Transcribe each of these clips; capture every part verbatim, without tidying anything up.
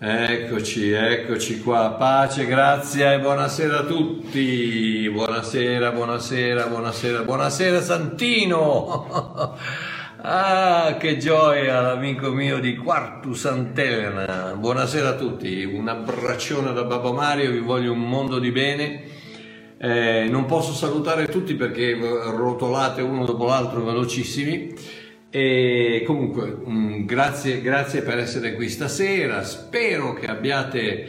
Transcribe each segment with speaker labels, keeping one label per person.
Speaker 1: Eccoci, eccoci qua, pace, grazia e buonasera a tutti, buonasera, buonasera, buonasera, buonasera Santino, ah che gioia l'amico mio di Quartu Sant'Elena, buonasera a tutti, un abbraccione da Babbo Mario, vi voglio un mondo di bene, eh, non posso salutare tutti perché rotolate uno dopo l'altro velocissimi. E comunque mh, grazie, grazie per essere qui stasera, spero che abbiate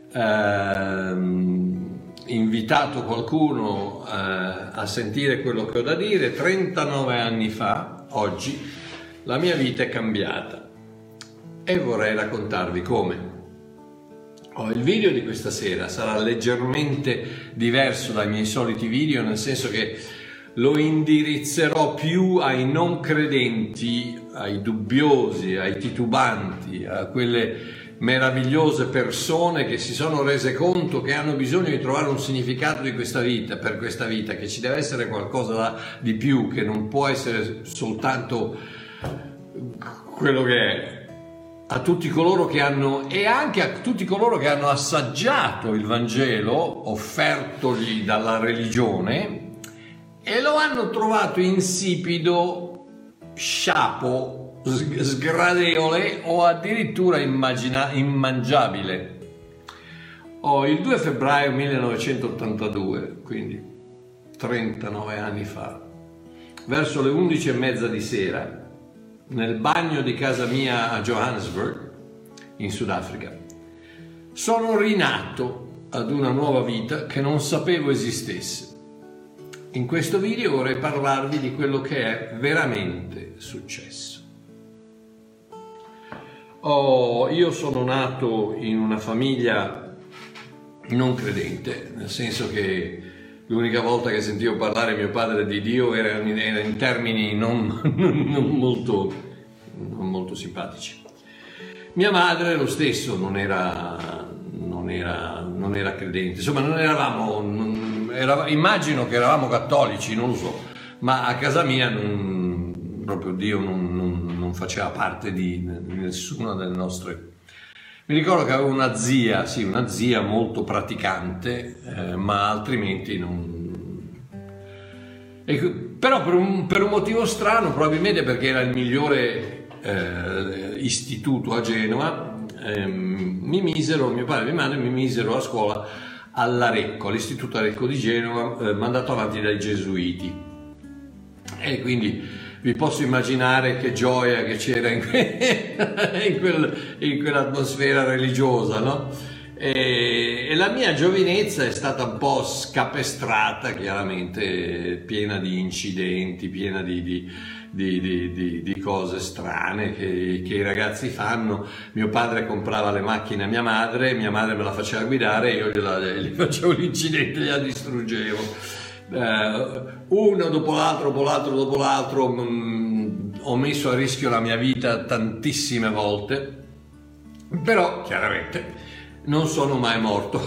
Speaker 1: ehm, invitato qualcuno eh, a sentire quello che ho da dire. trentanove anni fa, oggi, la mia vita è cambiata e vorrei raccontarvi come. Oh, il video di questa sera sarà leggermente diverso dai miei soliti video, nel senso che lo indirizzerò più ai non credenti, ai dubbiosi, ai titubanti, a quelle meravigliose persone che si sono rese conto che hanno bisogno di trovare un significato di questa vita, per questa vita, che ci deve essere qualcosa di più, che non può essere soltanto quello che è. A tutti coloro che hanno, e anche a tutti coloro che hanno assaggiato il Vangelo offertogli dalla religione, e lo hanno trovato insipido, sciapo, sgradevole o addirittura immagina- immangiabile. Oh, il due febbraio millenovecentottantadue, quindi trentanove anni fa, verso le undici e mezza di sera, nel bagno di casa mia a Johannesburg, in Sudafrica, sono rinato ad una nuova vita che non sapevo esistesse. In questo video vorrei parlarvi di quello che è veramente successo. Oh, io sono nato in una famiglia non credente, nel senso che l'unica volta che sentivo parlare mio padre di Dio era in, era in termini non, non, molto, non molto simpatici. Mia madre lo stesso non era, non era, non era credente, insomma non eravamo... Non, Era, immagino che eravamo cattolici, non lo so, ma a casa mia non, proprio Dio non, non, non faceva parte di, di nessuna delle nostre. Mi ricordo che avevo una zia, sì, una zia molto praticante, eh, ma altrimenti non. E, però per un, per un motivo strano, probabilmente perché era il migliore eh, istituto a Genova, eh, mi misero, mio padre e mia madre mi misero a scuola all'Arecco, all'Istituto Arecco di Genova, eh, mandato avanti dai Gesuiti. E quindi vi posso immaginare che gioia che c'era in, que- in, quel, in quell'atmosfera religiosa, no? E, e la mia giovinezza è stata un po' scapestrata, chiaramente piena di incidenti, piena di... di Di, di, di, di cose strane che, che i ragazzi fanno. Mio padre comprava le macchine a mia madre, mia madre me la faceva guidare e io gliela, gli facevo l'incidente, gliela distruggevo, eh, uno dopo l'altro, dopo l'altro, dopo l'altro. Mh, ho messo a rischio la mia vita tantissime volte, però chiaramente non sono mai morto.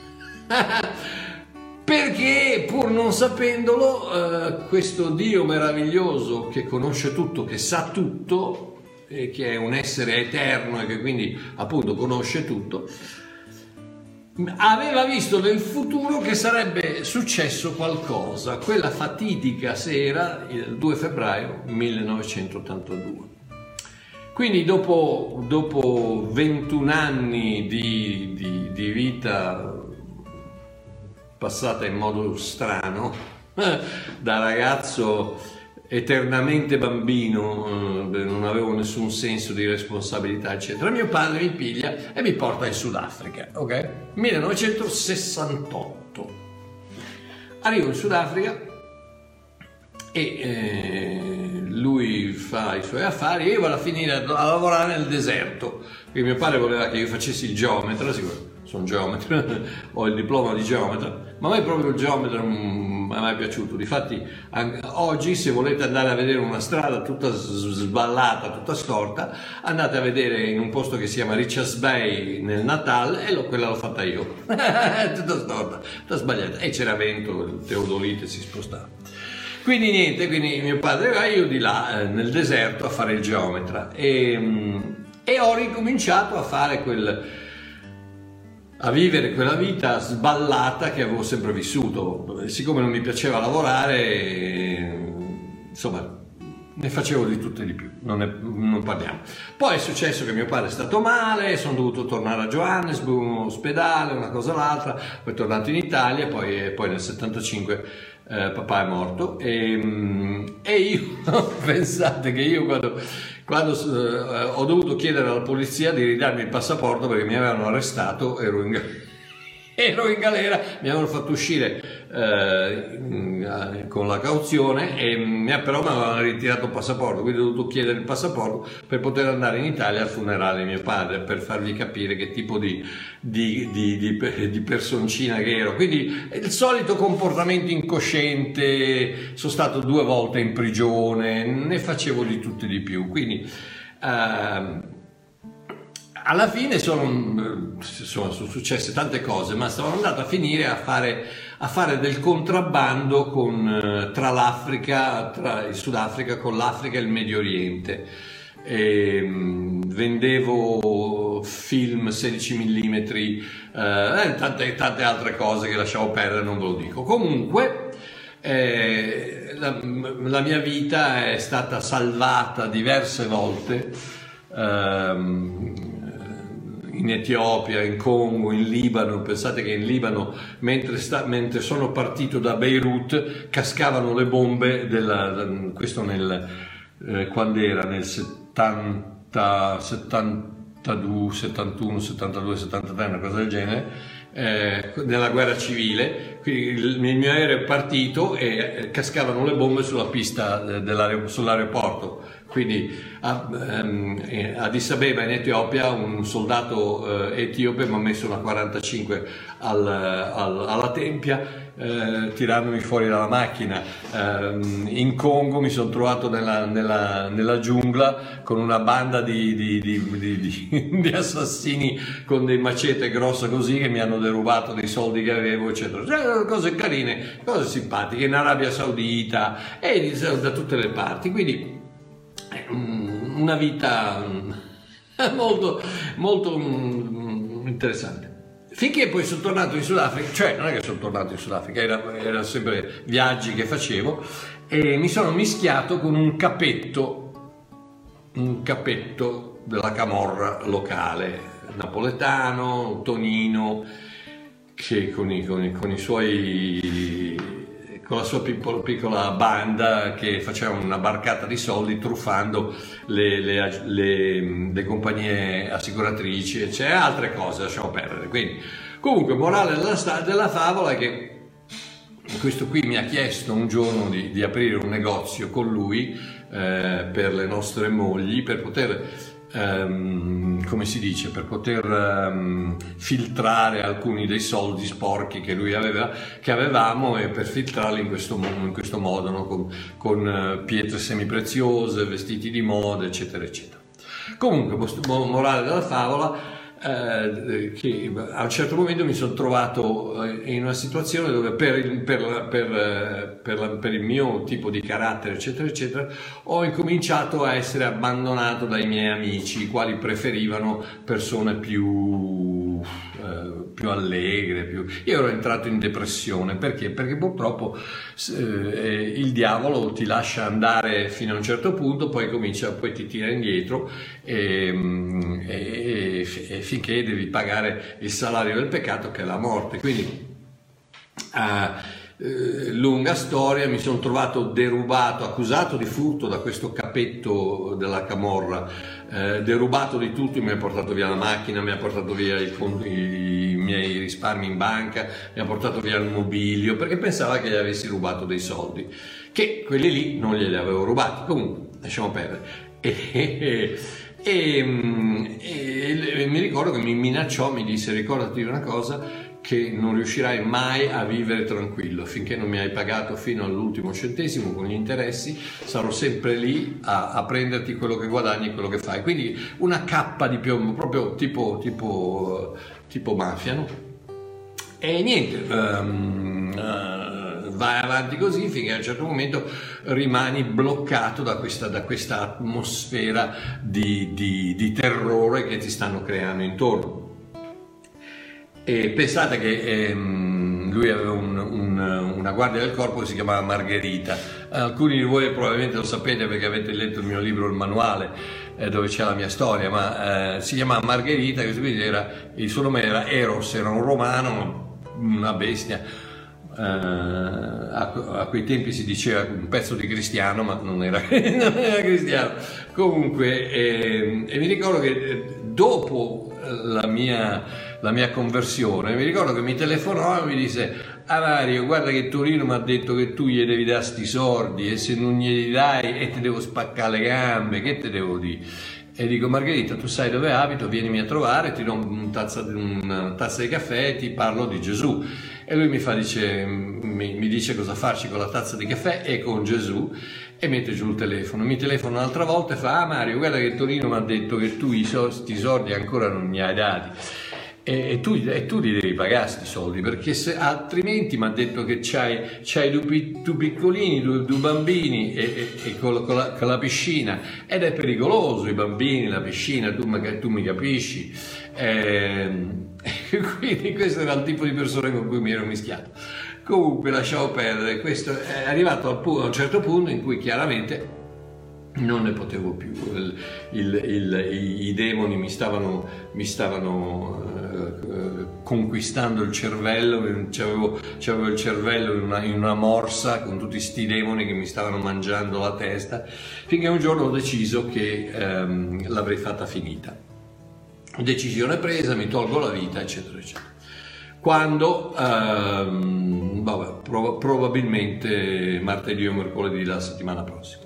Speaker 1: Perché pur non sapendolo, eh, questo Dio meraviglioso che conosce tutto, che sa tutto, e che è un essere eterno e che quindi appunto conosce tutto, aveva visto nel futuro che sarebbe successo qualcosa quella fatidica sera, il due febbraio millenovecentottantadue. Quindi dopo, dopo ventuno anni di, di, di vita passata in modo strano, da ragazzo eternamente bambino, non avevo nessun senso di responsabilità, eccetera. Mio padre mi piglia e mi porta in Sudafrica, ok? millenovecentosessantotto. Arrivo in Sudafrica e eh, lui fa i suoi affari e io vado a finire a, a lavorare nel deserto, perché mio padre voleva che io facessi il geometra, sicuro. Sono geometra, ho il diploma di geometra, ma a me proprio il geometra non mi è mai piaciuto. Difatti oggi, se volete andare a vedere una strada tutta sballata, tutta storta, andate a vedere in un posto che si chiama Richards Bay nel Natal, e lo, quella l'ho fatta io, tutta storta, tutta sbagliata, e c'era vento, il teodolite si spostava. Quindi niente, quindi mio padre va, io di là eh, nel deserto a fare il geometra, e e ho ricominciato a fare quel, a vivere quella vita sballata che avevo sempre vissuto. Siccome non mi piaceva lavorare, insomma, ne facevo di tutto e di più, non, ne, non parliamo. Poi è successo che mio padre è stato male, sono dovuto tornare a Johannesburg, un ospedale, una cosa o l'altra, poi è tornato in Italia, poi, poi nel settantacinque eh, papà è morto e, e io, pensate che io quando, quando eh, ho dovuto chiedere alla polizia di ridarmi il passaporto perché mi avevano arrestato, ero in Ero in galera, mi avevano fatto uscire eh, con la cauzione e però mi avevano ritirato il passaporto, quindi ho dovuto chiedere il passaporto per poter andare in Italia al funerale di mio padre, per farvi capire che tipo di, di, di, di, di personcina che ero. Quindi il solito comportamento incosciente, sono stato due volte in prigione, ne facevo di tutto e di più, quindi... Eh, alla fine sono, sono, sono successe tante cose, ma sono andato a finire a fare, a fare del contrabbando con, tra l'Africa, tra il Sudafrica, con l'Africa e il Medio Oriente. E, mh, vendevo film sedici millimetri, eh, tante, tante altre cose che lasciavo perdere, non ve lo dico. Comunque, eh, la, la mia vita è stata salvata diverse volte. Ehm, in Etiopia, in Congo, in Libano. Pensate che in Libano, mentre, sta, mentre sono partito da Beirut, cascavano le bombe della, questo nel eh, quando era nel settanta, settantadue, settantuno, settantadue, settantatré, una cosa del genere, eh, nella guerra civile. Quindi il, il mio aereo è partito e eh, cascavano le bombe sulla pista dell'aereo, sull'aeroporto. Quindi a, um, a Addis Abeba in Etiopia un soldato uh, etiope mi ha messo una quarantacinque al, al, alla tempia, uh, tirandomi fuori dalla macchina. Uh, in Congo mi sono trovato nella, nella, nella giungla con una banda di, di, di, di, di, di assassini con dei macete grosse così che mi hanno derubato dei soldi che avevo, eccetera. Cioè, cose carine, cose simpatiche, in Arabia Saudita e da tutte le parti. Quindi una vita molto, molto interessante. Finché poi sono tornato in Sudafrica, cioè non è che sono tornato in Sudafrica, erano era sempre viaggi che facevo e mi sono mischiato con un capetto, un capetto della camorra locale, napoletano, Tonino, che con i, con i, con i suoi... con la sua piccola, piccola banda che faceva una barcata di soldi truffando le, le, le, le compagnie assicuratrici e c'è altre cose, lasciamo perdere. Quindi, comunque, morale della, della favola è che questo qui mi ha chiesto un giorno di, di aprire un negozio con lui eh, per le nostre mogli, per poter Um, come si dice, per poter um, filtrare alcuni dei soldi sporchi che lui aveva, che avevamo, e per filtrarli in questo, in questo modo, no? con, con uh, pietre semipreziose, vestiti di moda, eccetera eccetera. Comunque, morale della favola, eh, che a un certo momento mi sono trovato in una situazione dove per il, per, per, per, la, per il mio tipo di carattere, eccetera eccetera, ho incominciato a essere abbandonato dai miei amici, i quali preferivano persone più, eh, più allegre, più... Io ero entrato in depressione. Perché? Perché purtroppo eh, il diavolo ti lascia andare fino a un certo punto, poi comincia, poi ti tira indietro e, e, e finché devi pagare il salario del peccato, che è la morte. Quindi uh, eh, lunga storia, mi sono trovato derubato, accusato di furto da questo capetto della camorra, eh, derubato di tutto, mi ha portato via la macchina, mi ha portato via i, i, i miei risparmi in banca, mi ha portato via il mobilio, perché pensava che gli avessi rubato dei soldi, che quelli lì non glieli avevo rubati. Comunque, lasciamo perdere. E, e, E, e, e mi ricordo che mi minacciò, mi disse: ricordati di una cosa, che non riuscirai mai a vivere tranquillo finché non mi hai pagato fino all'ultimo centesimo con gli interessi, sarò sempre lì a, a prenderti quello che guadagni e quello che fai. Quindi una cappa di piombo, proprio tipo, tipo, tipo mafia, no? E niente, um, uh, vai avanti così finché a un certo momento rimani bloccato da questa, da questa atmosfera di, di, di terrore che ti stanno creando intorno. E pensate che ehm, lui aveva un, un, una guardia del corpo che si chiamava Margherita. Alcuni di voi probabilmente lo sapete perché avete letto il mio libro, il manuale, eh, dove c'è la mia storia, ma eh, si chiamava Margherita, che era, il suo nome era Eros, era un romano, una bestia. Eh, a, a quei tempi si diceva un pezzo di cristiano, ma non era, non era cristiano. Comunque, eh, e mi ricordo che dopo la mia, la mia conversione, mi ricordo che mi telefonò e mi disse: ah Mario, guarda che Torino mi ha detto che tu gli devi dare sti soldi e se non glieli dai e ti devo spaccare le gambe, che te devo dire? E dico: Margherita, tu sai dove abito, vienimi a trovare, ti do una tazza, una tazza di caffè e ti parlo di Gesù. E lui mi fa, dice, mi, mi dice cosa farci con la tazza di caffè e con Gesù, e mette giù il telefono. Mi telefona un'altra volta e fa: ah Mario, guarda che Torino mi ha detto che tu i soldi ancora non mi hai dati. E tu, e tu li devi pagare questi soldi, perché se, altrimenti mi ha detto che c'hai, c'hai due, due piccolini, due, due bambini e, e, e con, con, la, con la piscina, ed è pericoloso, i bambini, la piscina, tu, tu mi capisci. E, quindi questo era il tipo di persone con cui mi ero mischiato. Comunque lasciamo perdere, questo è arrivato a un certo punto in cui chiaramente non ne potevo più, il, il, il, i, i demoni mi stavano, mi stavano eh, conquistando il cervello, c'avevo, c'avevo il cervello in una, in una morsa con tutti sti demoni che mi stavano mangiando la testa, finché un giorno ho deciso che ehm, l'avrei fatta finita. Decisione presa, mi tolgo la vita, eccetera, eccetera. Quando, ehm, vabbè, prov- probabilmente martedì o mercoledì della settimana prossima.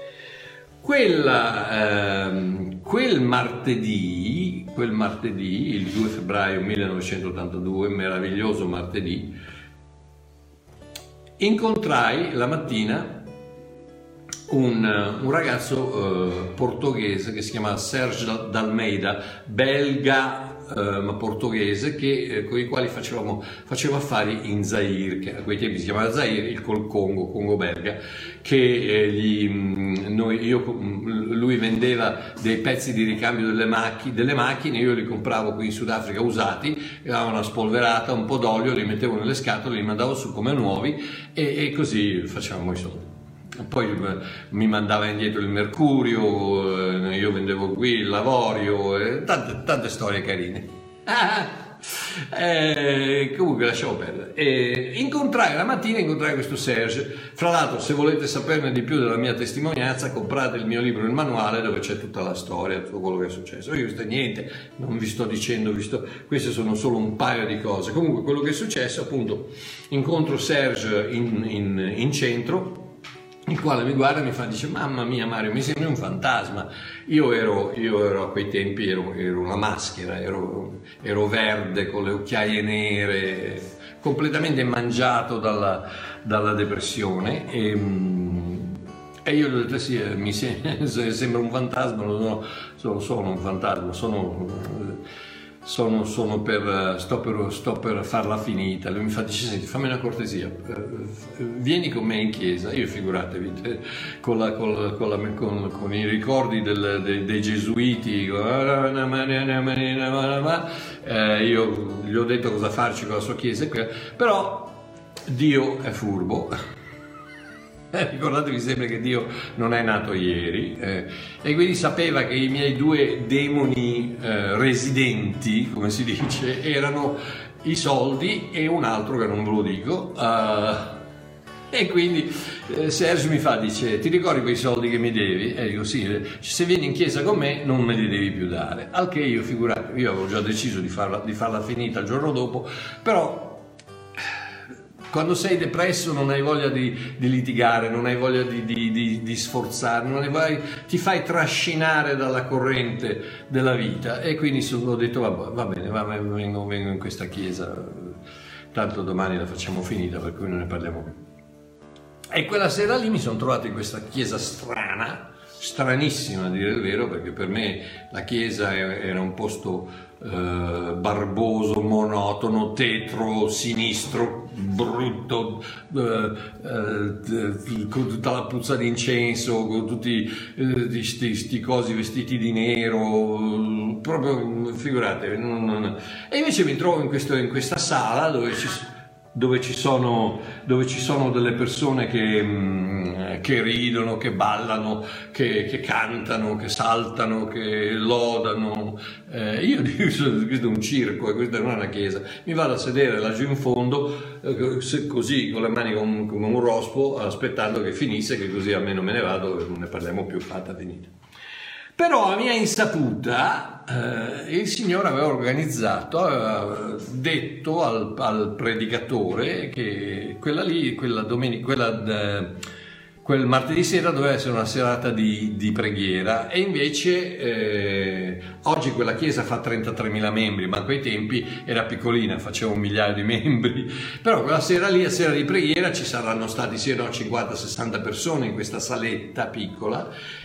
Speaker 1: Quella, ehm, quel martedì, quel martedì, il due febbraio millenovecentottantadue, meraviglioso martedì, incontrai la mattina un, un ragazzo eh, portoghese che si chiama Serge D'Almeida, belga eh, ma portoghese, che, eh, con i quali facevamo, facevo affari in Zaire, che a quei tempi si chiamava Zaire, il col Congo, Congo belga, che eh, gli, noi, io, lui vendeva dei pezzi di ricambio delle, macch- delle macchine, io li compravo qui in Sudafrica usati, avevano una spolverata, un po' d'olio, li mettevo nelle scatole, li mandavo su come nuovi e, e così facevamo i soldi. Poi mi mandava indietro il mercurio, io vendevo qui il lavorio, tante, tante storie carine. Ah, eh, comunque lasciamo perdere. Eh, incontrai la mattina, incontrai questo Serge. Fra l'altro, se volete saperne di più della mia testimonianza, comprate il mio libro, il manuale, dove c'è tutta la storia, tutto quello che è successo. Io questo niente, non vi sto dicendo, vi sto, queste sono solo un paio di cose. Comunque quello che è successo, appunto, incontro Serge in, in, in centro, il quale mi guarda e mi fa, dice: mamma mia Mario, mi sembri un fantasma. Io ero, io ero a quei tempi, ero, ero una maschera, ero, ero verde con le occhiaie nere, completamente mangiato dalla, dalla depressione, e, e io gli ho detto: sì, mi sembra un fantasma. No, sono, sono un fantasma, sono... Sono, sono per, sto, per, sto per farla finita. Lui mi fa, dice: senti, fammi una cortesia, vieni con me in chiesa. Io, figuratevi, con, la, con, la, con, la, con, con i ricordi del, dei, dei gesuiti, eh, io gli ho detto cosa farci con la sua chiesa, però Dio è furbo. Eh, ricordatevi sempre che Dio non è nato ieri, eh, e quindi sapeva che i miei due demoni eh, residenti, come si dice, erano i soldi e un altro che non ve lo dico, uh, e quindi eh, Sergio mi fa, dice: ti ricordi quei soldi che mi devi? E io: sì, se vieni in chiesa con me non me li devi più dare. Al che io, figurate, io avevo già deciso di farla, di farla finita il giorno dopo, però quando sei depresso non hai voglia di, di litigare, non hai voglia di, di, di, di sforzare, non hai voglia, ti fai trascinare dalla corrente della vita, e quindi ho detto: va, va bene, va, vengo, vengo in questa chiesa, tanto domani la facciamo finita, per cui non ne parliamo più. E quella sera lì mi sono trovato in questa chiesa strana, stranissima a dire il vero, perché per me la chiesa era un posto eh, barboso, monotono, tetro, sinistro, brutto, eh, eh, con tutta la puzza di incenso, con tutti questi eh, cosi vestiti di nero, proprio figurate. Non, non. E invece mi trovo in, questo, in questa sala dove ci dove ci sono, dove ci sono delle persone che, che ridono, che ballano, che, che cantano, che saltano, che lodano. Eh, io dico, questo è un circo, questa non è una chiesa. Mi vado a sedere laggiù in fondo, eh, così con le mani come, come un rospo, aspettando che finisse, che così almeno me ne vado e non ne parliamo più, fatta finita. Però a mia insaputa eh, il Signore aveva organizzato, aveva detto al, al predicatore che quella lì, quella domenica, quella, eh, quel martedì sera doveva essere una serata di, di preghiera, e invece eh, oggi quella chiesa fa trentatremila membri, ma a quei tempi era piccolina, faceva un migliaio di membri, però quella sera lì, a sera di preghiera, ci saranno stati sì, no, cinquanta sessanta persone in questa saletta piccola,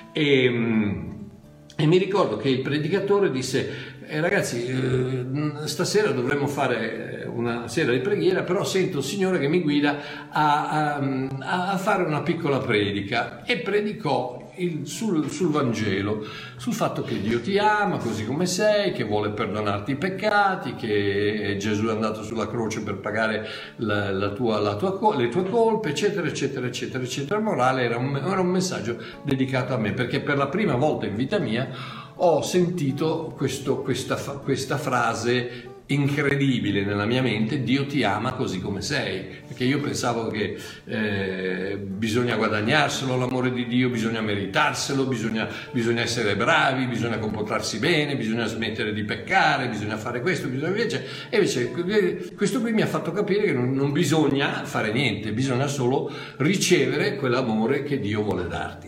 Speaker 1: e... E mi ricordo che il predicatore disse, eh, ragazzi, eh, stasera dovremmo fare una sera di preghiera, però sento il Signore che mi guida a, a, a fare una piccola predica, e predicò il, sul, sul Vangelo, sul fatto che Dio ti ama così come sei, che vuole perdonarti i peccati, che Gesù è andato sulla croce per pagare la, la tua, la tua, le tue colpe, eccetera, eccetera, eccetera, eccetera. Il morale era un, era un messaggio dedicato a me, perché per la prima volta in vita mia ho sentito questo, questa, questa frase incredibile nella mia mente: Dio ti ama così come sei, perché io pensavo che eh, bisogna guadagnarselo l'amore di Dio, bisogna meritarselo, bisogna, bisogna essere bravi, bisogna comportarsi bene, bisogna smettere di peccare, bisogna fare questo, bisogna invece, e invece questo qui mi ha fatto capire che non, non bisogna fare niente, bisogna solo ricevere quell'amore che Dio vuole darti.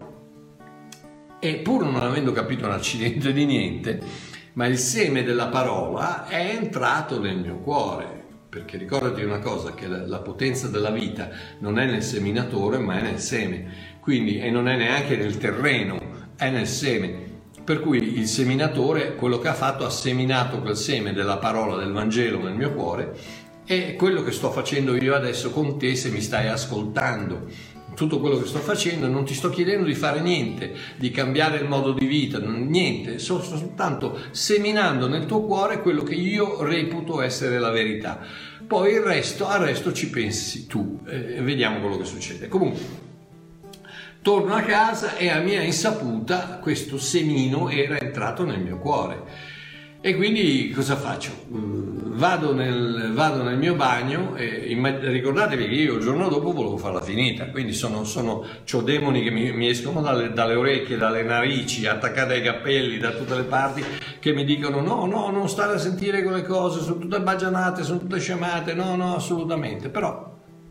Speaker 1: E pur non avendo capito un accidente di niente, ma il seme della parola è entrato nel mio cuore, perché ricordati una cosa, che la, la potenza della vita non è nel seminatore ma è nel seme, quindi, e non è neanche nel terreno, è nel seme, per cui il seminatore quello che ha fatto, ha seminato quel seme della parola del Vangelo nel mio cuore, e quello che sto facendo io adesso con te, se mi stai ascoltando. Tutto quello che sto facendo, non ti sto chiedendo di fare niente, di cambiare il modo di vita, niente, sto soltanto seminando nel tuo cuore quello che io reputo essere la verità. Poi il resto, al resto ci pensi tu, e vediamo quello che succede. Comunque, torno a casa e a mia insaputa questo semino era entrato nel mio cuore. E quindi cosa faccio? Vado nel, vado nel mio bagno e ricordatevi che io il giorno dopo volevo farla finita, quindi sono, sono, c'ho demoni che mi, mi escono dalle, dalle orecchie, dalle narici, attaccate ai capelli, da tutte le parti, che mi dicono no, no, non stare a sentire quelle cose, sono tutte baggianate, sono tutte sciamate, no, no, assolutamente, però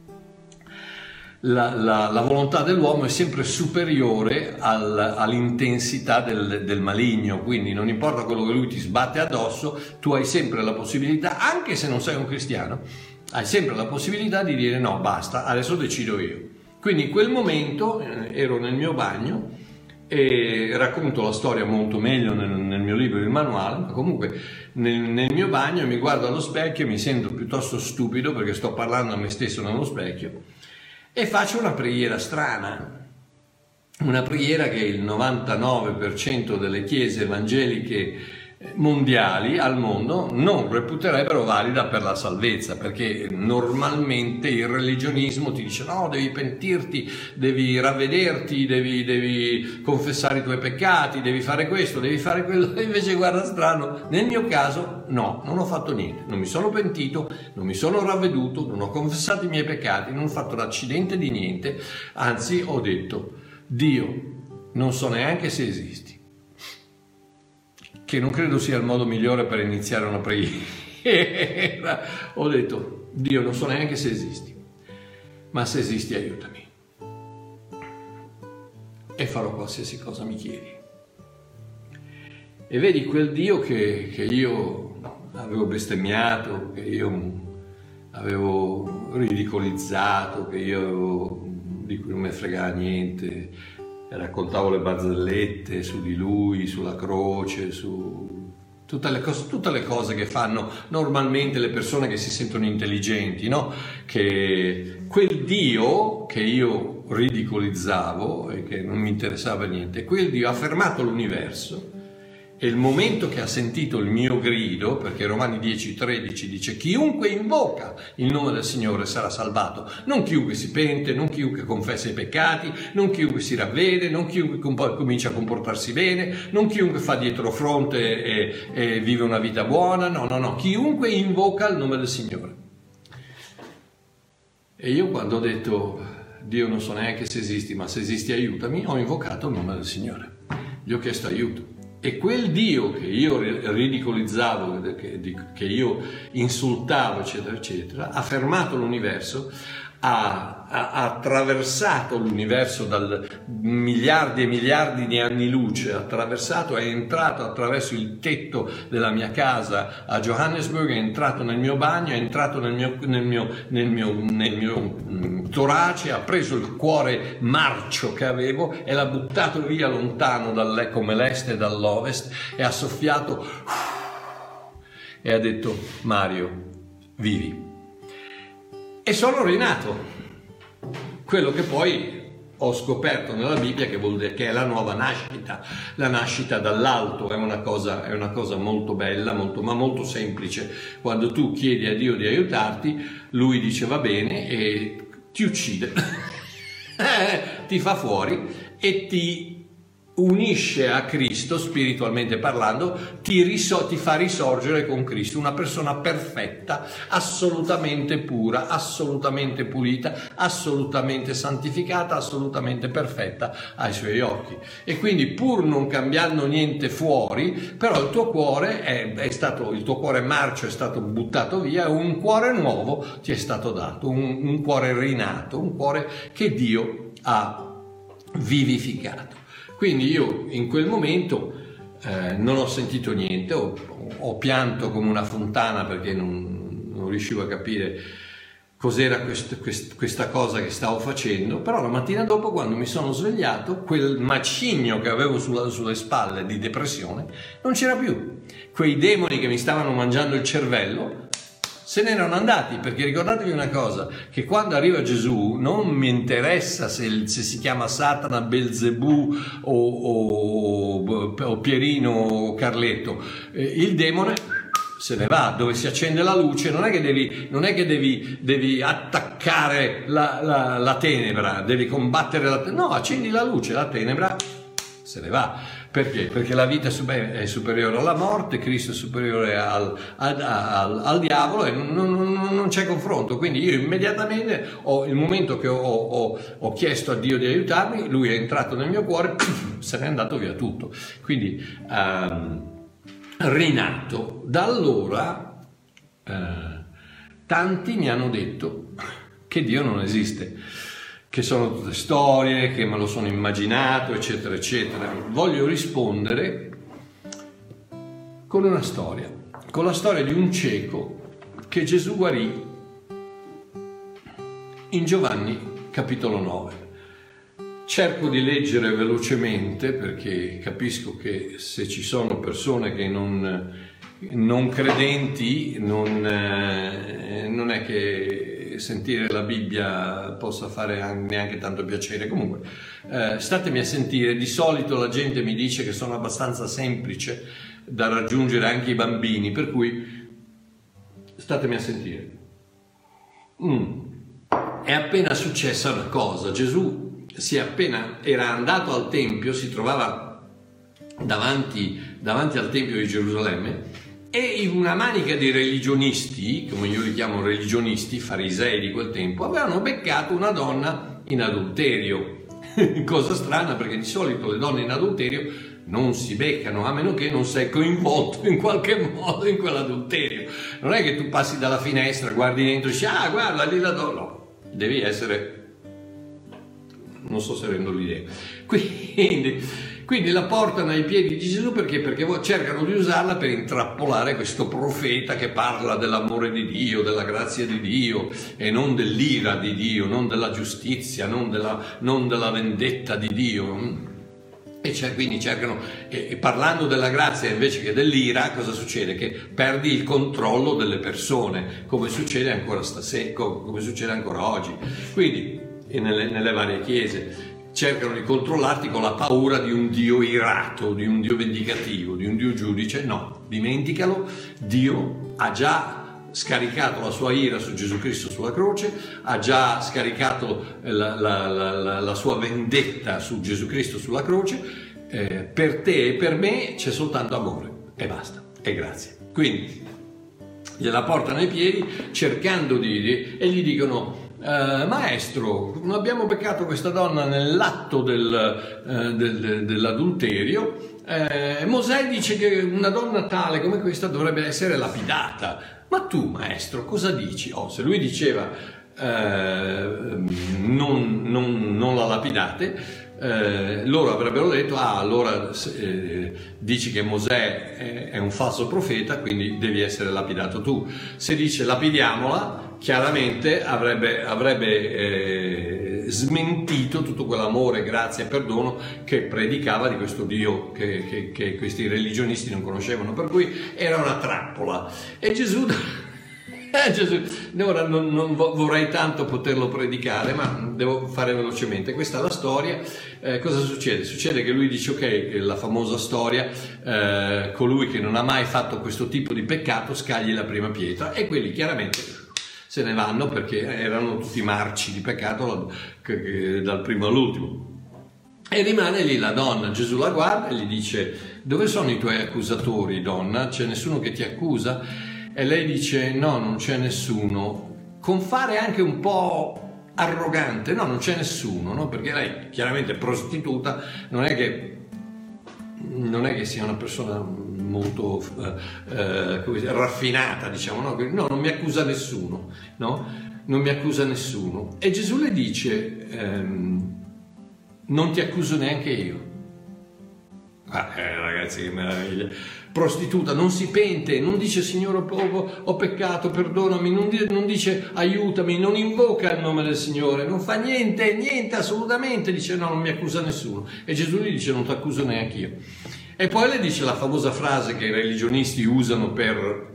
Speaker 1: La, la, la volontà dell'uomo è sempre superiore al, all'intensità del, del maligno, quindi non importa quello che lui ti sbatte addosso, tu hai sempre la possibilità, anche se non sei un cristiano, hai sempre la possibilità di dire no, basta, adesso decido io. Quindi in quel momento eh, ero nel mio bagno e racconto la storia molto meglio nel, nel mio libro, il manuale, ma comunque nel, nel mio bagno mi guardo allo specchio e mi sento piuttosto stupido perché sto parlando a me stesso nello specchio. E faccio una preghiera strana, una preghiera che il novantanove per cento delle chiese evangeliche mondiali al mondo non reputerebbero valida per la salvezza, perché normalmente il religionismo ti dice no, devi pentirti, devi ravvederti, devi, devi confessare i tuoi peccati, devi fare questo, devi fare quello, e invece guarda strano, nel mio caso no, non ho fatto niente, non mi sono pentito, non mi sono ravveduto, non ho confessato i miei peccati, non ho fatto l'accidente di niente, anzi ho detto Dio, non so neanche se esisti, che non credo sia il modo migliore per iniziare una preghiera. Ho detto, Dio, non so neanche se esisti, ma se esisti aiutami e farò qualsiasi cosa mi chiedi. E vedi quel Dio che, che io avevo bestemmiato, che io avevo ridicolizzato, che io avevo, di cui non mi fregava niente, raccontavo le barzellette su di lui, sulla croce, su tutte le cose, tutte le cose che fanno normalmente le persone che si sentono intelligenti, no? Che quel Dio che io ridicolizzavo e che non mi interessava niente, quel Dio ha fermato l'universo. E il momento che ha sentito il mio grido, perché Romani dieci tredici dice chiunque invoca il nome del Signore sarà salvato, non chiunque si pente, non chiunque confessa i peccati, non chiunque si ravvede, non chiunque comincia a comportarsi bene, non chiunque fa dietro fronte e, e vive una vita buona, no, no, no, chiunque invoca il nome del Signore. E io quando ho detto Dio non so neanche se esisti, ma se esisti aiutami, ho invocato il nome del Signore, gli ho chiesto aiuto. E quel Dio che io ridicolizzavo, che, che io insultavo, eccetera, eccetera, ha fermato l'universo, ha, ha, ha attraversato l'universo dal miliardi e miliardi di anni luce, ha attraversato, è entrato attraverso il tetto della mia casa a Johannesburg, è entrato nel mio bagno, è entrato nel mio, nel mio, nel mio, nel mio mm, torace, ha preso il cuore marcio che avevo e l'ha buttato via lontano dalle, come l'est e dall'ovest, e ha soffiato e ha detto Mario, vivi. E sono rinato, quello che poi ho scoperto nella Bibbia che vuol dire che è la nuova nascita, la nascita dall'alto, è una cosa, è una cosa molto bella, molto, ma molto semplice. Quando tu chiedi a Dio di aiutarti, Lui dice va bene e ti uccide, ti fa fuori e ti unisce a Cristo, spiritualmente parlando, ti, risor- ti fa risorgere con Cristo, una persona perfetta, assolutamente pura, assolutamente pulita, assolutamente santificata, assolutamente perfetta ai suoi occhi. E quindi pur non cambiando niente fuori, però il tuo cuore è, è stato, il tuo cuore marcio è stato buttato via e un cuore nuovo ti è stato dato, un, un cuore rinato, un cuore che Dio ha vivificato. Quindi io in quel momento eh, non ho sentito niente, ho, ho pianto come una fontana perché non, non riuscivo a capire cos'era quest, quest, questa cosa che stavo facendo, però la mattina dopo quando mi sono svegliato quel macigno che avevo sulla, sulle spalle di depressione non c'era più, quei demoni che mi stavano mangiando il cervello se ne erano andati, perché ricordatevi una cosa, che quando arriva Gesù non mi interessa se, se si chiama Satana, Belzebù o, o, o Pierino o Carletto, eh, il demone se ne va, dove si accende la luce, non è che devi, non è che devi, devi attaccare la, la, la tenebra, devi combattere la tenebra, no, accendi la luce, la tenebra se ne va. Perché? Perché la vita è superiore alla morte, Cristo è superiore al, al, al, al diavolo e non, non, non c'è confronto. Quindi io immediatamente, ho, il momento che ho, ho, ho chiesto a Dio di aiutarmi, Lui è entrato nel mio cuore, se n'è andato via tutto. Quindi um, rinato. Da allora uh, tanti mi hanno detto che Dio non esiste, che sono tutte storie, che me lo sono immaginato, eccetera, eccetera. Voglio rispondere con una storia, con la storia di un cieco che Gesù guarì in Giovanni capitolo nove. Cerco di leggere velocemente perché capisco che se ci sono persone che non, non credenti, non, eh, non è che sentire la Bibbia possa fare neanche tanto piacere. Comunque eh, statemi a sentire. Di solito la gente mi dice che sono abbastanza semplice da raggiungere anche i bambini, per cui statemi a sentire. mm. È appena successa una cosa. Gesù si è appena era andato al Tempio, si trovava davanti, davanti al Tempio di Gerusalemme, e una manica di religionisti, come io li chiamo religionisti, farisei di quel tempo, avevano beccato una donna in adulterio. Cosa strana, perché di solito le donne in adulterio non si beccano, a meno che non sei coinvolto in qualche modo in quell'adulterio. Non è che tu passi dalla finestra, guardi dentro e dici, ah, guarda lì la donna. No, devi essere... non so se rendo l'idea. Quindi... Quindi la portano ai piedi di Gesù perché? Perché cercano di usarla per intrappolare questo profeta che parla dell'amore di Dio, della grazia di Dio e non dell'ira di Dio, non della giustizia, non della, non della vendetta di Dio. E cioè, quindi cercano, e, e parlando della grazia invece che dell'ira, cosa succede? Che perdi il controllo delle persone, come succede ancora stasera, come succede ancora oggi. Quindi, nelle, nelle varie chiese, cercano di controllarti con la paura di un Dio irato, di un Dio vendicativo, di un Dio giudice. No, dimenticalo, Dio ha già scaricato la sua ira su Gesù Cristo sulla croce, ha già scaricato la, la, la, la sua vendetta su Gesù Cristo sulla croce, eh, per te e per me c'è soltanto amore e basta, e grazie. Quindi gliela portano ai piedi cercando di, e gli dicono: Uh, maestro, non abbiamo beccato questa donna nell'atto del, uh, del, dell'adulterio. Uh, Mosè dice che una donna tale come questa dovrebbe essere lapidata. Ma tu, maestro, cosa dici? Oh, se lui diceva uh, non, non, non la lapidate, Eh, loro avrebbero detto: ah, allora eh, dici che Mosè è, è un falso profeta, quindi devi essere lapidato tu. Se dice lapidiamola, chiaramente avrebbe, avrebbe eh, smentito tutto quell'amore, grazia e perdono che predicava di questo Dio che, che, che questi religionisti non conoscevano, per cui era una trappola. E Gesù Eh, Gesù, ora non, non vorrei tanto poterlo predicare, ma devo fare velocemente. Questa è la storia. Eh, cosa succede? Succede che lui dice: ok, la famosa storia, eh, colui che non ha mai fatto questo tipo di peccato scagli la prima pietra, e quelli chiaramente se ne vanno perché erano tutti marci di peccato dal primo all'ultimo. E rimane lì la donna. Gesù la guarda e gli dice: dove sono i tuoi accusatori, donna? C'è nessuno che ti accusa? E lei dice: no, non c'è nessuno, con fare anche un po' arrogante: no, non c'è nessuno, no? Perché lei chiaramente è prostituta, non è che, non è che sia una persona molto eh, come dire, raffinata, diciamo, no? No, non mi accusa nessuno, no? Non mi accusa nessuno. E Gesù le dice: ehm, non ti accuso neanche io. Ah, eh, ragazzi, che meraviglia. Prostituta, non si pente, non dice: Signore, ho, ho peccato, perdonami, non, non dice aiutami, non invoca il nome del Signore, non fa niente, niente, assolutamente. Dice: no, non mi accusa nessuno. E Gesù gli dice: non ti accuso neanche io. E poi le dice la famosa frase che i religionisti usano per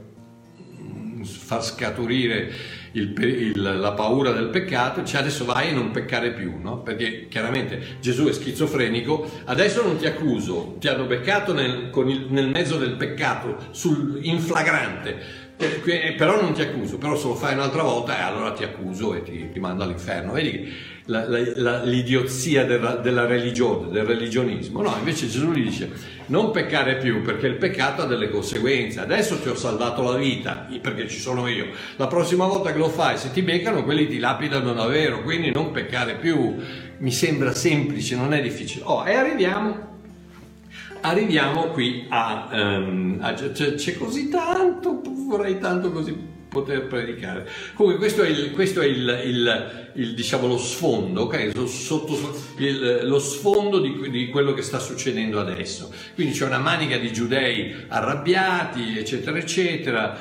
Speaker 1: far scaturire il, il, la paura del peccato, cioè: adesso vai e non peccare più, no? Perché chiaramente Gesù è schizofrenico. Adesso non ti accuso, ti hanno beccato nel, con il, nel mezzo del peccato, sul, in flagrante, eh, però non ti accuso. Però se lo fai un'altra volta, eh, allora ti accuso e ti, ti mando all'inferno. Vedi la, la, la, l'idiozia della, della religione, del religionismo. No, invece Gesù gli dice: non peccare più, perché il peccato ha delle conseguenze. Adesso ti ho salvato la vita perché ci sono io. La prossima volta che lo fai, se ti beccano, quelli ti lapidano davvero, quindi non peccare più. Mi sembra semplice, non è difficile. Oh, e arriviamo arriviamo qui a, um, a c'è, c'è così tanto, vorrei tanto così poter predicare. Comunque questo è il, questo è il, il, il diciamo lo sfondo, ok? Sotto, il, lo sfondo di, di quello che sta succedendo adesso. Quindi c'è una manica di giudei arrabbiati, eccetera eccetera.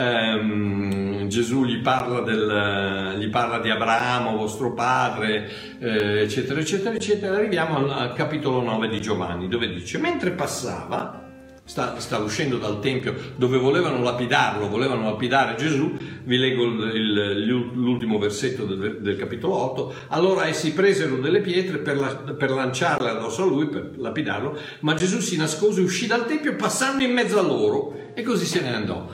Speaker 1: Um, Gesù gli parla del, gli parla di Abramo, vostro padre, eh, eccetera eccetera eccetera. Arriviamo al, al capitolo nove di Giovanni, dove dice: mentre passava, Sta, sta uscendo dal tempio dove volevano lapidarlo, volevano lapidare Gesù. Vi leggo il, il, l'ultimo versetto del, del capitolo otto. Allora essi presero delle pietre per, la, per lanciarle addosso a lui, per lapidarlo, ma Gesù si nascose e uscì dal tempio passando in mezzo a loro, e così se ne andò.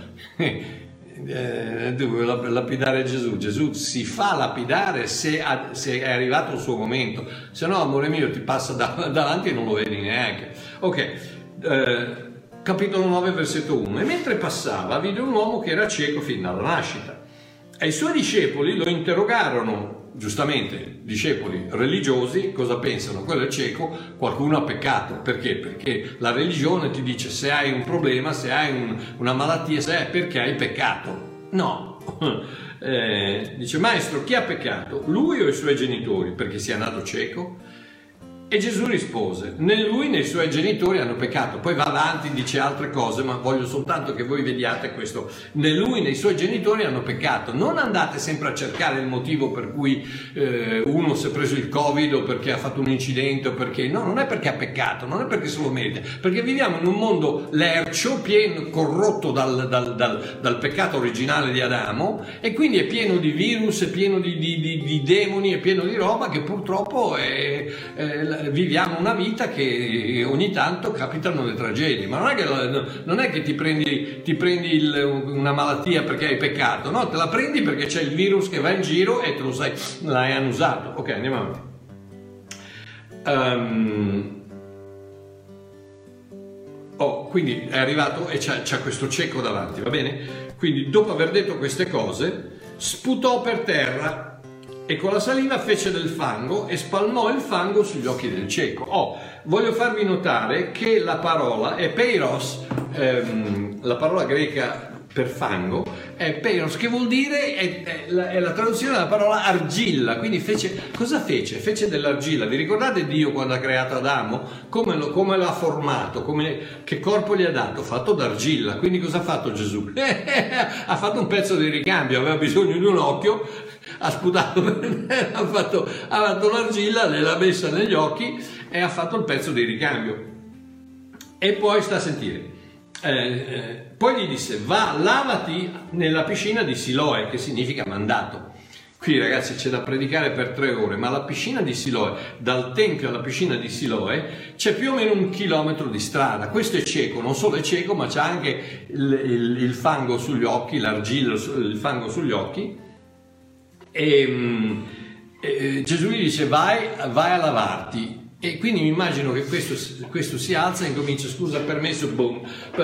Speaker 1: Eh, dove lapidare Gesù? Gesù si fa lapidare se, se è arrivato il suo momento, se no, amore mio, ti passa da, davanti e non lo vedi neanche. Ok, eh, capitolo nove, versetto uno. E mentre passava, vide un uomo che era cieco fin dalla nascita, e i suoi discepoli lo interrogarono. Giustamente, discepoli religiosi cosa pensano? Quello è cieco, qualcuno ha peccato. Perché? Perché la religione ti dice: se hai un problema, se hai un, una malattia, se è perché hai peccato. No, eh, dice: maestro, chi ha peccato? Lui o i suoi genitori? Perché sia nato cieco? E Gesù rispose: né lui né i suoi genitori hanno peccato. Poi va avanti, dice altre cose, ma voglio soltanto che voi vediate questo: né lui né i suoi genitori hanno peccato. Non andate sempre a cercare il motivo per cui eh, uno si è preso il Covid, o perché ha fatto un incidente, o perché no, non è perché ha peccato, non è perché se lo merita, perché viviamo in un mondo lercio, pieno, corrotto dal, dal, dal, dal peccato originale di Adamo, e quindi è pieno di virus, è pieno di, di, di, di demoni, è pieno di roba che purtroppo è, è viviamo una vita che ogni tanto capitano le tragedie. Ma non è che, non è che ti prendi, ti prendi il, una malattia perché hai peccato, no, te la prendi perché c'è il virus che va in giro e te lo sai, l'hai annusato. Ok, andiamo avanti. Um, oh, quindi è arrivato e c'è, c'è questo cieco davanti, va bene? Quindi dopo aver detto queste cose sputò per terra e con la saliva fece del fango e spalmò il fango sugli occhi del cieco. Oh, voglio farvi notare che la parola è peiros, ehm, la parola greca per fango è peiros, che vuol dire, è, è, la, è la traduzione della parola argilla. Quindi fece, cosa fece? Fece dell'argilla. Vi ricordate Dio quando ha creato Adamo? Come, lo, come l'ha formato? Come, che corpo gli ha dato? Fatto d'argilla. Quindi cosa ha fatto Gesù? Ha fatto un pezzo di ricambio, aveva bisogno di un occhio, ha sputato, ha fatto, ha fatto l'argilla, l'ha messa negli occhi e ha fatto il pezzo di ricambio. E poi sta a sentire. Eh, eh, poi gli disse: va, lavati nella piscina di Siloe, che significa mandato. Qui ragazzi c'è da predicare per tre ore, ma la piscina di Siloe, dal tempio alla piscina di Siloe c'è più o meno un chilometro di strada. Questo è cieco, non solo è cieco, ma c'ha anche il, il, il fango sugli occhi, l'argilla, il fango sugli occhi. E, e Gesù gli dice: vai, vai a lavarti. E quindi mi immagino che questo, questo si alza e incomincia: scusa, permesso, boom,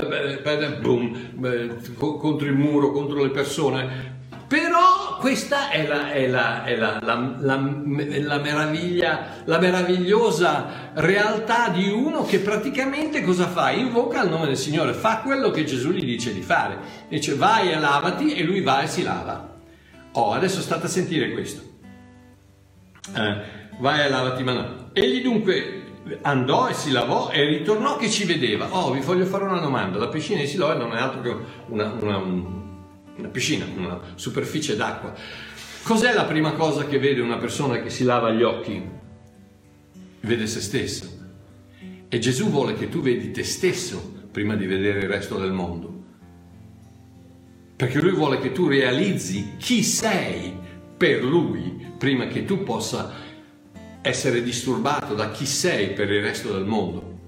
Speaker 1: boom, contro il muro, contro le persone. Però questa è la, è la, è la, la, la, la meraviglia, la meravigliosa realtà di uno che praticamente cosa fa? Invoca il nome del Signore, fa quello che Gesù gli dice di fare. Dice: vai e lavati, e lui va e si lava. Oh, adesso state a sentire questo. Eh, vai e lavati, ma no. Egli dunque andò e si lavò e ritornò che ci vedeva. Oh, vi voglio fare una domanda. La piscina di Siloe non è altro che una, una, una piscina, una superficie d'acqua. Cos'è la prima cosa che vede una persona che si lava gli occhi? Vede se stesso. E Gesù vuole che tu vedi te stesso prima di vedere il resto del mondo. Perché lui vuole che tu realizzi chi sei per lui prima che tu possa essere disturbato da chi sei per il resto del mondo.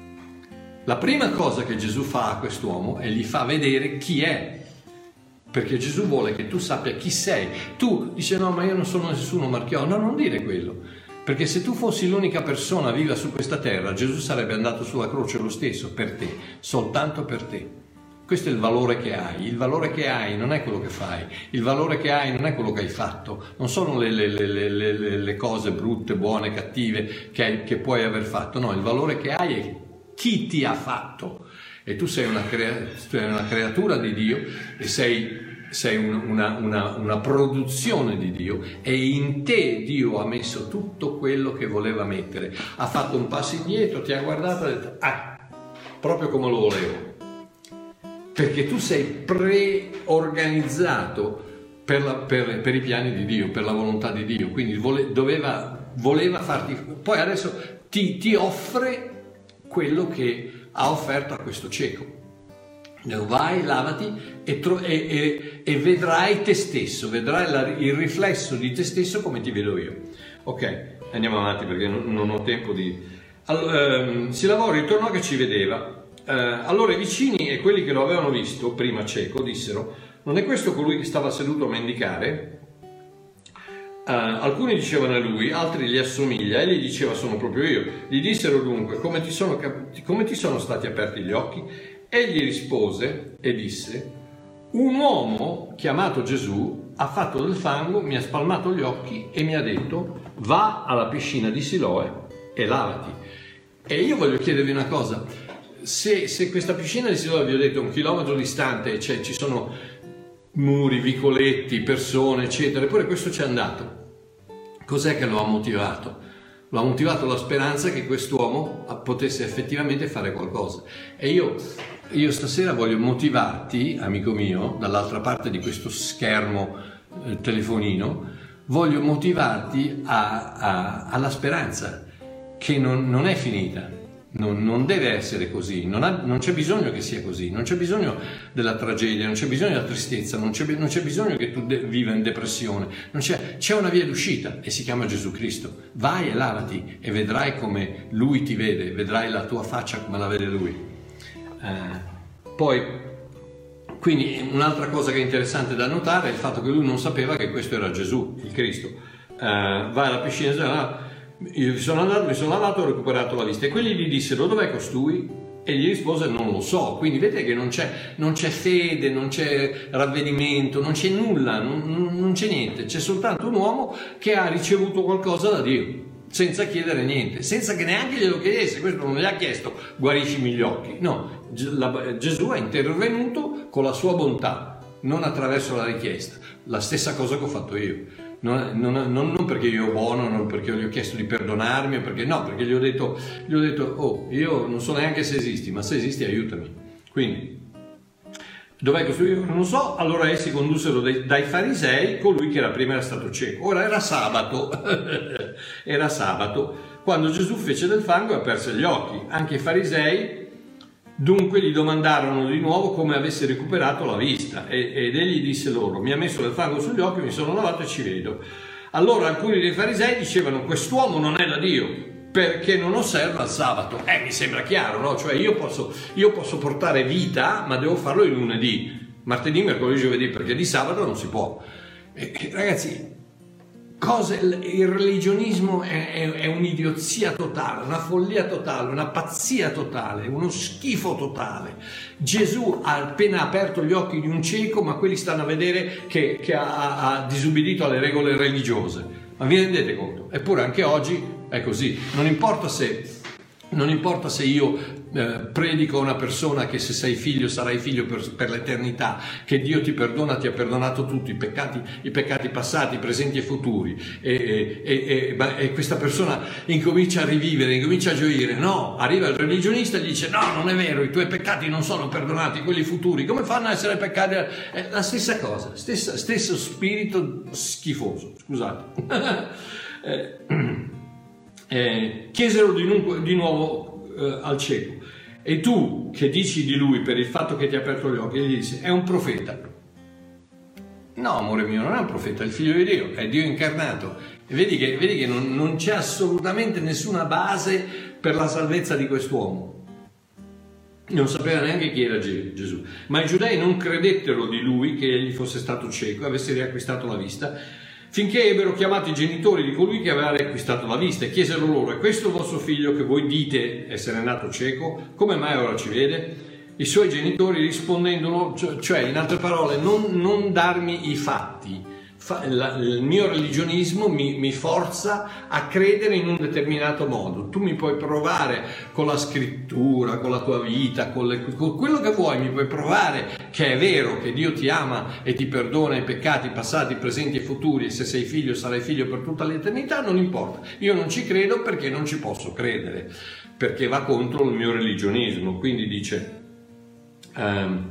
Speaker 1: La prima cosa che Gesù fa a quest'uomo è gli fa vedere chi è, perché Gesù vuole che tu sappia chi sei. Tu dici: no, ma io non sono nessuno, Marchiò. No, non dire quello, perché se tu fossi l'unica persona viva su questa terra, Gesù sarebbe andato sulla croce lo stesso per te, soltanto per te. Questo è il valore che hai. Il valore che hai non è quello che fai, il valore che hai non è quello che hai fatto, non sono le, le, le, le, le cose brutte, buone, cattive che, hai, che puoi aver fatto. No, il valore che hai è chi ti ha fatto. E tu sei una, crea, sei una creatura di Dio e sei, sei un, una, una, una produzione di Dio, e in te Dio ha messo tutto quello che voleva mettere. Ha fatto un passo indietro, ti ha guardato e ha detto: ah, proprio come lo volevo. Perché tu sei preorganizzato per, la, per, per i piani di Dio, per la volontà di Dio. Quindi vole, doveva, voleva farti. Poi adesso ti, ti offre quello che ha offerto a questo cieco. Vai, lavati e, tro, e, e, e vedrai te stesso, vedrai la, il riflesso di te stesso come ti vedo io. Ok, andiamo avanti perché non, non ho tempo di. Allora, ehm, si lavò, ritornò che ci vedeva. Uh, allora i vicini e quelli che lo avevano visto prima cieco dissero: non è questo colui che stava seduto a mendicare? Uh, alcuni dicevano è lui, altri gli assomiglia. Egli diceva: sono proprio io. Gli dissero dunque: come ti sono, come ti sono stati aperti gli occhi? Egli rispose e disse: un uomo chiamato Gesù ha fatto del fango, mi ha spalmato gli occhi e mi ha detto: va alla piscina di Siloe e lavati. E io voglio chiedervi una cosa: Se, se questa piscina di Siloe, vi ho detto, è un chilometro distante, cioè ci sono muri, vicoletti, persone, eccetera, eppure questo ci è andato, cos'è che lo ha motivato? lo ha motivato la speranza che quest'uomo potesse effettivamente fare qualcosa. E io, io stasera voglio motivarti, amico mio, dall'altra parte di questo schermo eh, telefonino, voglio motivarti a, a, alla speranza che non, non è finita. Non, non deve essere così, non, ha, non c'è bisogno che sia così, non c'è bisogno della tragedia, non c'è bisogno della tristezza, non c'è, non c'è bisogno che tu de- viva in depressione, non c'è, c'è una via d'uscita e si chiama Gesù Cristo. Vai e lavati e vedrai come Lui ti vede, vedrai la tua faccia come la vede Lui. Eh, poi, quindi un'altra cosa che è interessante da notare è il fatto che lui non sapeva che questo era Gesù, il Cristo. Eh, vai alla piscina, io sono andato, mi sono lavato, ho recuperato la vista. E quelli gli dissero: dov'è costui? E gli rispose: non lo so. Quindi vedete che non c'è, non c'è fede, non c'è ravvedimento, non c'è nulla, non, non c'è niente. C'è soltanto un uomo che ha ricevuto qualcosa da Dio, senza chiedere niente, senza che neanche glielo chiedesse. Questo non gli ha chiesto: guariscimi gli occhi. No, la, Gesù è intervenuto con la sua bontà, non attraverso la richiesta. La stessa cosa che ho fatto io. Non, non, non, non perché io ho buono, non perché gli ho chiesto di perdonarmi, perché no, perché gli ho detto, gli ho detto oh, io non so neanche se esisti, ma se esisti aiutami. Quindi, dov'è questo? Io non lo so. Allora essi condussero dai, dai farisei colui che era prima era stato cieco. Ora era sabato, era sabato, quando Gesù fece del fango e aperse gli occhi. Anche i farisei dunque gli domandarono di nuovo come avesse recuperato la vista, ed egli disse loro: mi ha messo del fango sugli occhi, mi sono lavato e ci vedo. Allora alcuni dei farisei dicevano: quest'uomo non è da Dio, perché non osserva il sabato. Eh, mi sembra chiaro, no? Cioè io posso, io posso portare vita, ma devo farlo il lunedì, martedì, mercoledì, giovedì, perché di sabato non si può. E, ragazzi, Cose, il religionismo è, è, è un'idiozia totale, una follia totale, una pazzia totale, uno schifo totale. Gesù ha appena aperto gli occhi di un cieco, ma quelli stanno a vedere che, che ha, ha disubbidito alle regole religiose. Ma vi rendete conto? Eppure anche oggi è così. Non importa se, non importa se io eh, predico a una persona che se sei figlio sarai figlio per, per l'eternità, che Dio ti perdona, ti ha perdonato tutti i peccati, i peccati passati, presenti e futuri, e, e, e, e, e questa persona incomincia a rivivere, incomincia a gioire. No, arriva il religionista e gli dice: no, non è vero, i tuoi peccati non sono perdonati, quelli futuri, come fanno ad essere peccati? È la stessa cosa, stessa, stesso spirito schifoso, scusate. eh, eh, chiesero di, nu- di nuovo eh, al cieco: e tu che dici di lui per il fatto che ti ha aperto gli occhi? E gli dice: è un profeta. No, amore mio, non è un profeta, è il figlio di Dio, è Dio incarnato. E vedi che, vedi che non, non c'è assolutamente nessuna base per la salvezza di quest'uomo. Non sapeva neanche chi era Gesù. Ma i giudei non credettero di lui che egli fosse stato cieco e avesse riacquistato la vista, finché ebbero chiamato i genitori di colui che aveva riacquistato la vista e chiesero loro: è questo il vostro figlio che voi dite essere nato cieco? Come mai ora ci vede? I suoi genitori rispondendo, cioè in altre parole, non, non darmi i fatti. Fa, la, il mio religionismo mi, mi forza a credere in un determinato modo. Tu mi puoi provare con la scrittura, con la tua vita, con, le, con quello che vuoi, mi puoi provare che è vero, che Dio ti ama e ti perdona i peccati passati, presenti e futuri, e se sei figlio sarai figlio per tutta l'eternità, non importa. Io non ci credo perché non ci posso credere, perché va contro il mio religionismo. Quindi dice... Um,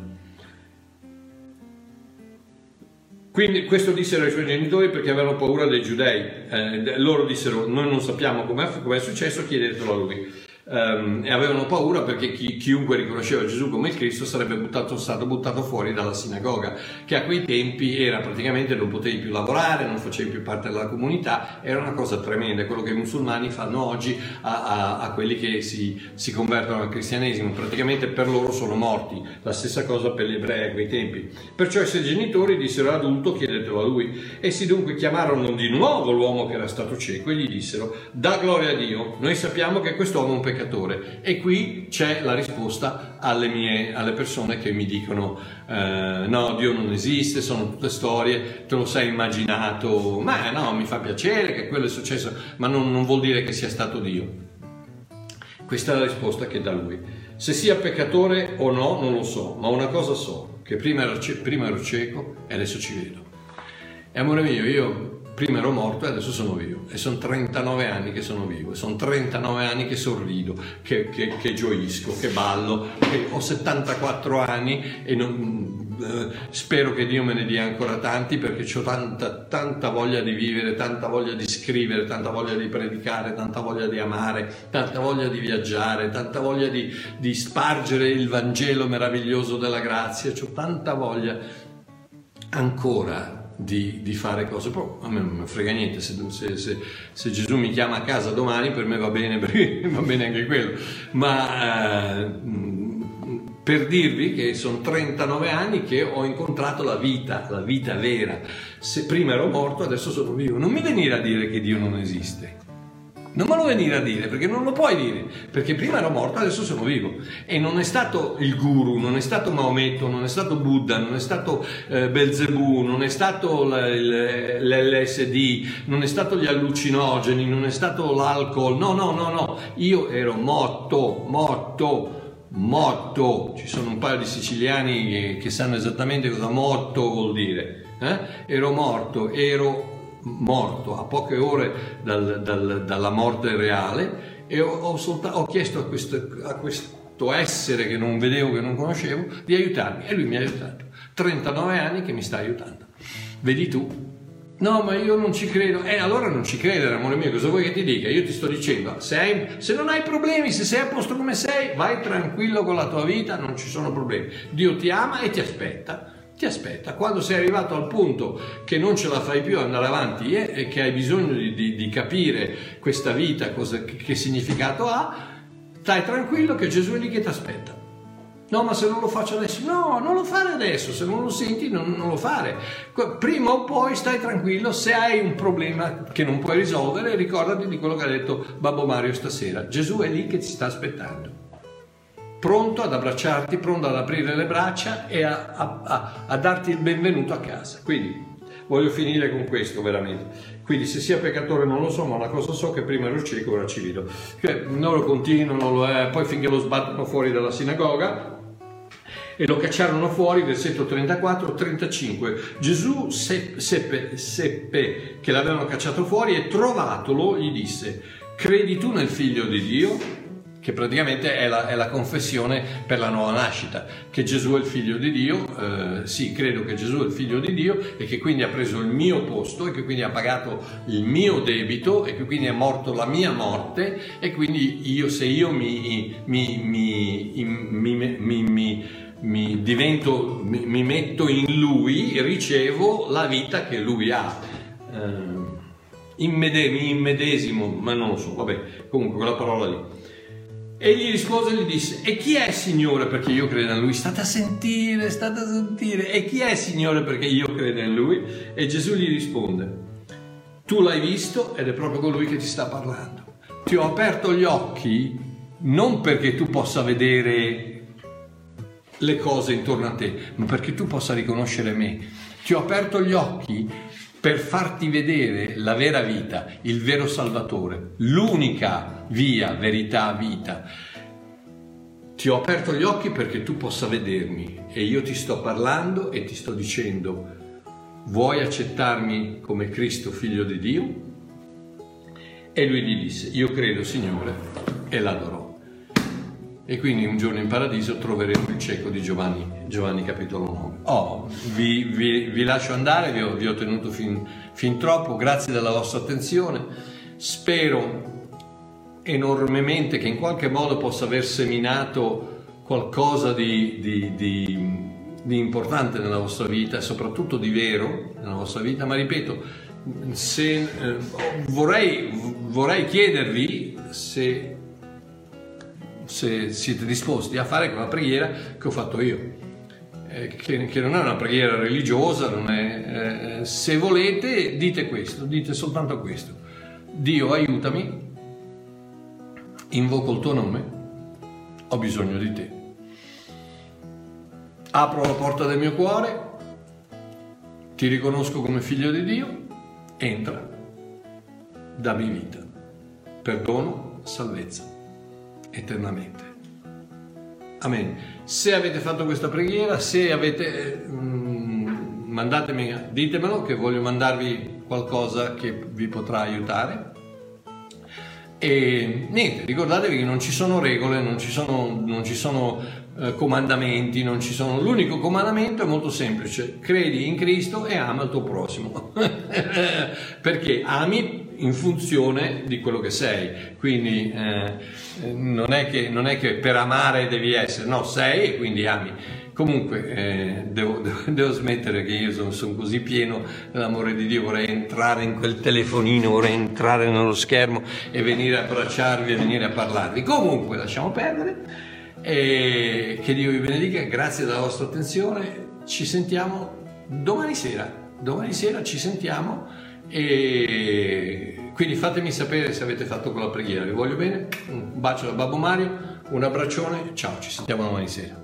Speaker 1: Quindi questo dissero ai suoi genitori perché avevano paura dei giudei. Eh, loro dissero: noi non sappiamo com'è, com'è successo, chiedetelo a lui. Um, e avevano paura perché chi, chiunque riconosceva Gesù come il Cristo sarebbe buttato, stato buttato fuori dalla sinagoga, che a quei tempi era praticamente, non potevi più lavorare, non facevi più parte della comunità. Era una cosa tremenda, quello che i musulmani fanno oggi a, a, a quelli che si, si convertono al cristianesimo. Praticamente per loro sono morti. La stessa cosa per gli ebrei a quei tempi. Perciò i suoi genitori dissero: adulto, chiedetelo a lui. Essi dunque chiamarono di nuovo l'uomo che era stato cieco e gli dissero: dà gloria a Dio, noi sappiamo che quest'uomo è un peccatore. E qui c'è la risposta alle mie alle persone che mi dicono: eh, no, Dio non esiste, sono tutte storie, te lo sei immaginato. Ma no, mi fa piacere che quello è successo, ma non, non vuol dire che sia stato Dio. Questa è la risposta che dà lui. Se sia peccatore o no non lo so, ma una cosa so, che prima ero, prima ero cieco e adesso ci vedo. E amore mio, io prima ero morto e adesso sono vivo, e sono trentanove anni che sono vivo, e sono trentanove anni che sorrido, che, che, che gioisco, che ballo, che ho settantaquattro anni e non, eh, spero che Dio me ne dia ancora tanti, perché ho tanta, tanta voglia di vivere, tanta voglia di scrivere, tanta voglia di predicare, tanta voglia di amare, tanta voglia di viaggiare, tanta voglia di, di spargere il Vangelo meraviglioso della grazia, ho tanta voglia ancora Di, di fare cose. Poi a me non mi frega niente se, se, se, se Gesù mi chiama a casa domani, per me va bene, perché va bene anche quello, ma eh, per dirvi che sono trentanove anni che ho incontrato la vita, la vita vera. Se prima ero morto, adesso sono vivo. Non mi venire a dire che Dio non esiste, non me lo venire a dire, perché non lo puoi dire, perché prima ero morto, adesso sono vivo. E non è stato il guru, non è stato Maometto, non è stato Buddha, non è stato eh, Belzebù, non è stato l'L S D, non è stato gli allucinogeni, non è stato l'alcol, no, no, no, no, io ero morto, morto, morto. Ci sono un paio di siciliani che, che sanno esattamente cosa morto vuol dire, eh? Ero morto, ero morto a poche ore dal, dal, dalla morte reale, e ho, ho, soltanto, ho chiesto a questo, a questo essere che non vedevo, che non conoscevo, di aiutarmi, e lui mi ha aiutato. trentanove anni che mi sta aiutando. Vedi tu? No, ma io non ci credo. Eh, allora non ci credere, amore mio, cosa vuoi che ti dica? Io ti sto dicendo, se, hai, se non hai problemi, se sei a posto come sei, vai tranquillo con la tua vita, non ci sono problemi. Dio ti ama e ti aspetta. Ti aspetta, quando sei arrivato al punto che non ce la fai più andare avanti e che hai bisogno di, di, di capire questa vita, cosa, che, che significato ha, stai tranquillo che Gesù è lì che ti aspetta. No, ma se non lo faccio adesso, no, non lo fare adesso, se non lo senti non, non lo fare. Prima o poi stai tranquillo, se hai un problema che non puoi risolvere, ricordati di quello che ha detto Babbo Mario stasera. Gesù è lì che ti sta aspettando, pronto ad abbracciarti, pronto ad aprire le braccia e a, a, a, a darti il benvenuto a casa. Quindi voglio finire con questo veramente. Quindi se sia peccatore non lo so, ma una cosa so, che prima ero cieco, ora ci vedo. Che non lo continuo, non lo è, poi finché lo sbattono fuori dalla sinagoga e lo cacciarono fuori, versetto trentaquattro trentacinque. Gesù seppe, seppe, seppe che l'avevano cacciato fuori e trovatolo gli disse: credi tu nel figlio di Dio? Che praticamente è la, è la confessione per la nuova nascita, che Gesù è il figlio di Dio. Eh, sì, credo che Gesù è il figlio di Dio, e che quindi ha preso il mio posto, e che quindi ha pagato il mio debito, e che quindi è morto la mia morte, e quindi io, se io mi, mi, mi, mi, mi, mi, mi divento, mi, mi metto in Lui, ricevo la vita che Lui ha. Eh, immedesimo, immedesimo, ma non lo so, vabbè, comunque quella parola lì. E gli rispose e gli disse: e chi è, Signore, perché io credo in Lui? State a sentire, state a sentire. E chi è, Signore, perché io credo in Lui? E Gesù gli risponde: tu l'hai visto ed è proprio colui che ti sta parlando. Ti ho aperto gli occhi non perché tu possa vedere le cose intorno a te, ma perché tu possa riconoscere me. Ti ho aperto gli occhi per farti vedere la vera vita, il vero Salvatore, l'unica via, verità, vita. Ti ho aperto gli occhi perché tu possa vedermi, e io ti sto parlando e ti sto dicendo: vuoi accettarmi come Cristo, figlio di Dio? E lui gli disse: io credo, Signore, e l'adorò. E quindi un giorno in paradiso troveremo il cieco di Giovanni, Giovanni capitolo nove. Oh, vi, vi, vi lascio andare, vi ho, vi ho tenuto fin, fin troppo, grazie della vostra attenzione. Spero enormemente che in qualche modo possa aver seminato qualcosa di, di, di, di importante nella vostra vita, e soprattutto di vero nella vostra vita. Ma ripeto, se, eh, vorrei, vorrei chiedervi se... se siete disposti a fare quella preghiera che ho fatto io, eh, che, che non è una preghiera religiosa, non è, eh, se volete dite questo, dite soltanto questo: Dio, aiutami, invoco il tuo nome, ho bisogno di te, apro la porta del mio cuore, ti riconosco come figlio di Dio, entra, dammi vita, perdono, salvezza eternamente. Amen. Se avete fatto questa preghiera, se avete, mh, mandatemi, ditemelo, che voglio mandarvi qualcosa che vi potrà aiutare. E niente, ricordatevi che non ci sono regole, non ci sono, non ci sono eh, comandamenti, non ci sono... L'unico comandamento è molto semplice: credi in Cristo e ama il tuo prossimo. Perché ami in funzione di quello che sei, quindi eh, non, è che, non è che per amare devi essere, no, sei e quindi ami. Comunque eh, devo, devo, devo smettere, che io sono, sono così pieno dell'amore di Dio, vorrei entrare in quel telefonino, vorrei entrare nello schermo e venire a abbracciarvi e venire a parlarvi. Comunque lasciamo perdere, e che Dio vi benedica, grazie della vostra attenzione, ci sentiamo domani sera, domani sera ci sentiamo, e quindi fatemi sapere se avete fatto quella preghiera, vi voglio bene, un bacio da Babbo Mario, un abbraccione, ciao, ci sentiamo domani sera.